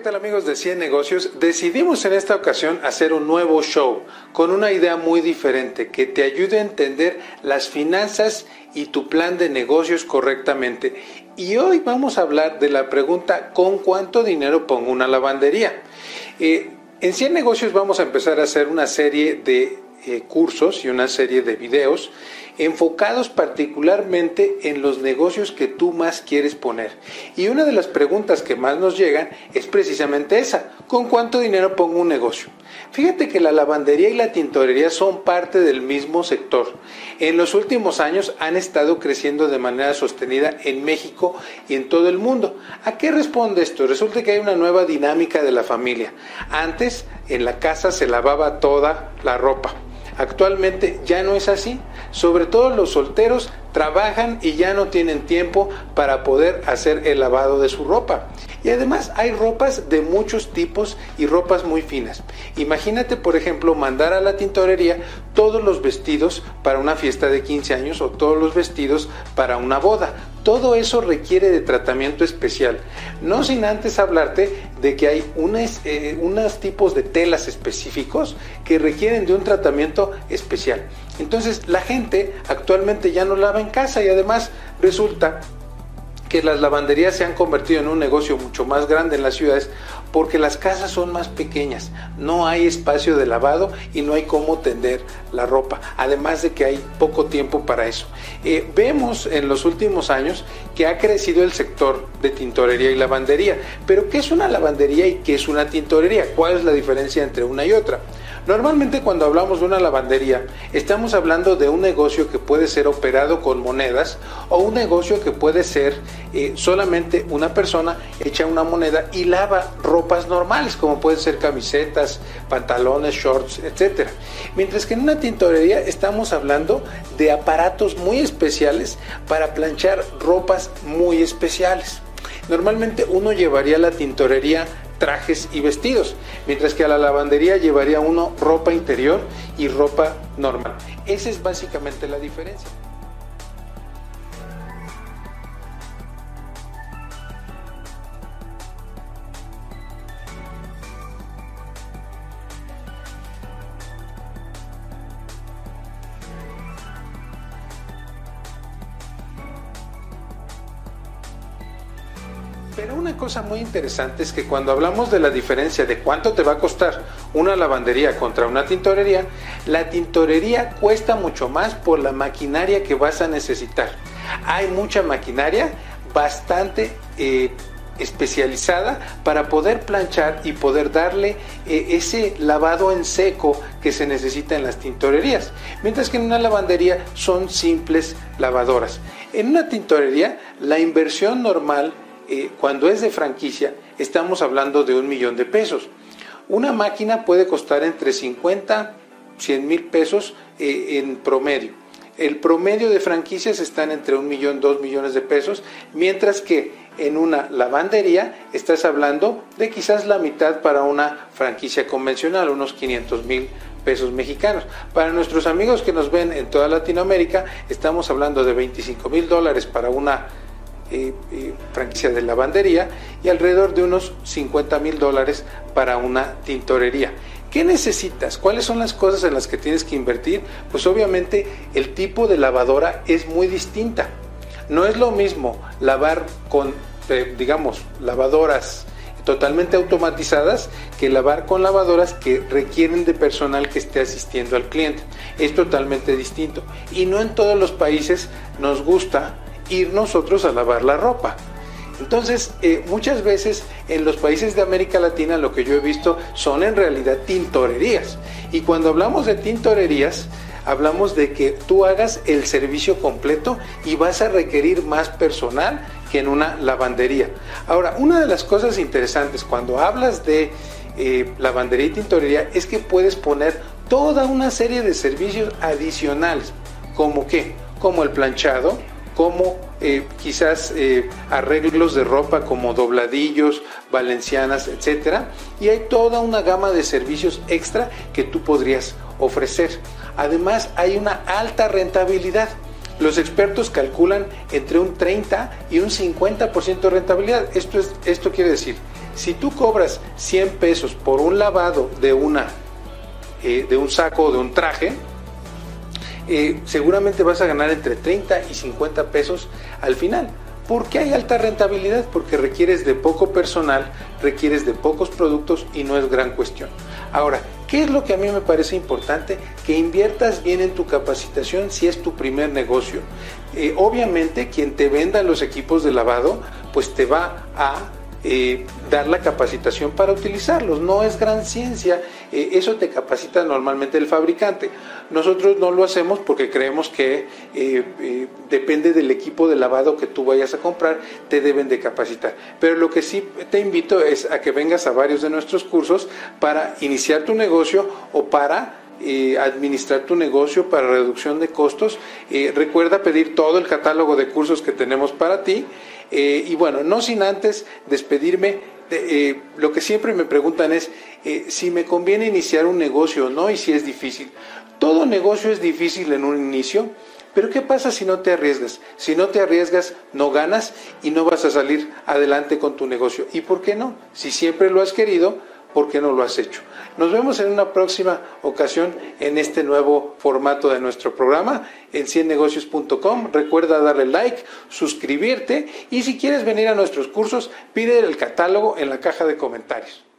tal amigos de 100 negocios? Decidimos en esta ocasión hacer un nuevo show con una idea muy diferente que te ayude a entender las finanzas y tu plan de negocios correctamente. Y hoy vamos a hablar de la pregunta ¿con cuánto dinero pongo una lavandería? En 100 negocios vamos a empezar a hacer una serie de cursos y una serie de videos enfocados particularmente en los negocios que tú más quieres poner. Y una de las preguntas que más nos llegan es precisamente esa: ¿con cuánto dinero pongo un negocio? Fíjate que la lavandería y la tintorería son parte del mismo sector. En los últimos años han estado creciendo de manera sostenida en México y en todo el mundo. ¿A qué responde esto? Resulta que hay una nueva dinámica de la familia. Antes en la casa se lavaba toda la ropa. Actualmente ya no es así. Sobre todo los solteros trabajan y ya no tienen tiempo para poder hacer el lavado de su ropa. Y además hay ropas de muchos tipos y ropas muy finas. Imagínate, por ejemplo, mandar a la tintorería todos los vestidos para una fiesta de 15 años o todos los vestidos para una boda. Todo eso requiere de tratamiento especial. No sin antes hablarte de que hay unos tipos de telas específicos que requieren de un tratamiento especial. Entonces la gente actualmente ya no lava en casa y además resulta que las lavanderías se han convertido en un negocio mucho más grande en las ciudades porque las casas son más pequeñas, no hay espacio de lavado y no hay cómo tender la ropa, además de que hay poco tiempo para eso. Vemos en los últimos años que ha crecido el sector de tintorería y lavandería, pero ¿qué es una lavandería y qué es una tintorería? ¿Cuál es la diferencia entre una y otra? Normalmente cuando hablamos de una lavandería estamos hablando de un negocio que puede ser operado con monedas o un negocio que puede ser solamente una persona echa una moneda y lava ropas normales como pueden ser camisetas, pantalones, shorts, etc. Mientras que en una tintorería estamos hablando de aparatos muy especiales para planchar ropas muy especiales. Normalmente uno llevaría a la tintorería trajes y vestidos, mientras que a la lavandería llevaría uno ropa interior y ropa normal. Esa es básicamente la diferencia. Pero una cosa muy interesante es que cuando hablamos de la diferencia de cuánto te va a costar una lavandería contra una tintorería, la tintorería cuesta mucho más por la maquinaria que vas a necesitar. Hay mucha maquinaria bastante especializada para poder planchar y poder darle ese lavado en seco que se necesita en las tintorerías, mientras que en una lavandería son simples lavadoras. En una tintorería la inversión normal cuando es de franquicia estamos hablando de 1,000,000 de pesos. Una máquina puede costar entre 50 100 mil pesos en promedio. El promedio de franquicias están entre 1,000,000 2 millones de pesos, mientras que en una lavandería estás hablando de quizás la mitad para una franquicia convencional, unos 500,000 pesos mexicanos. Para nuestros amigos que nos ven en toda Latinoamérica estamos hablando de $25,000 para una franquicia de lavandería y alrededor de unos $50,000 para una tintorería. ¿Qué necesitas? ¿Cuáles son las cosas en las que tienes que invertir? Pues obviamente el tipo de lavadora es muy distinta. No es lo mismo lavar con, lavadoras totalmente automatizadas que lavar con lavadoras que requieren de personal que esté asistiendo al cliente. Es totalmente distinto y no en todos los países nos gusta ir nosotros a lavar la ropa. Entonces, muchas veces en los países de América Latina lo que yo he visto son en realidad tintorerías. Y cuando hablamos de tintorerías, hablamos de que tú hagas el servicio completo y vas a requerir más personal que en una lavandería. Ahora, una de las cosas interesantes cuando hablas de lavandería y tintorería es que puedes poner toda una serie de servicios adicionales. ¿Cómo qué? Como el planchado, como quizás arreglos de ropa como dobladillos, valencianas, etcétera, y hay toda una gama de servicios extra que tú podrías ofrecer. Además, hay una alta rentabilidad. Los expertos calculan entre un 30 y un 50% de rentabilidad. Esto quiere decir Si tú cobras 100 pesos por un lavado de un saco o de un traje, seguramente vas a ganar entre 30 y 50 pesos al final. ¿Por qué hay alta rentabilidad? Porque requieres de poco personal, requieres de pocos productos y no es gran cuestión. Ahora, ¿qué es lo que a mí me parece importante? Que inviertas bien en tu capacitación si es tu primer negocio. Obviamente, quien te venda los equipos de lavado, pues te va a dar la capacitación para utilizarlos. No es gran ciencia, eso te capacita normalmente el fabricante. Nosotros no lo hacemos porque creemos que depende del equipo de lavado que tú vayas a comprar, te deben de capacitar. Pero lo que sí te invito es a que vengas a varios de nuestros cursos para iniciar tu negocio o para administrar tu negocio, para reducción de costos. Recuerda pedir todo el catálogo de cursos que tenemos para ti. Y bueno, no sin antes despedirme, lo que siempre me preguntan es si me conviene iniciar un negocio o no, y si es difícil. Todo negocio es difícil en un inicio, pero ¿qué pasa si no te arriesgas? Si no te arriesgas, no ganas y no vas a salir adelante con tu negocio. ¿Y por qué no? Si siempre lo has querido, ¿por qué no lo has hecho? Nos vemos en una próxima ocasión en este nuevo formato de nuestro programa en ciennegocios.com. Recuerda darle like, suscribirte y si quieres venir a nuestros cursos, pide el catálogo en la caja de comentarios.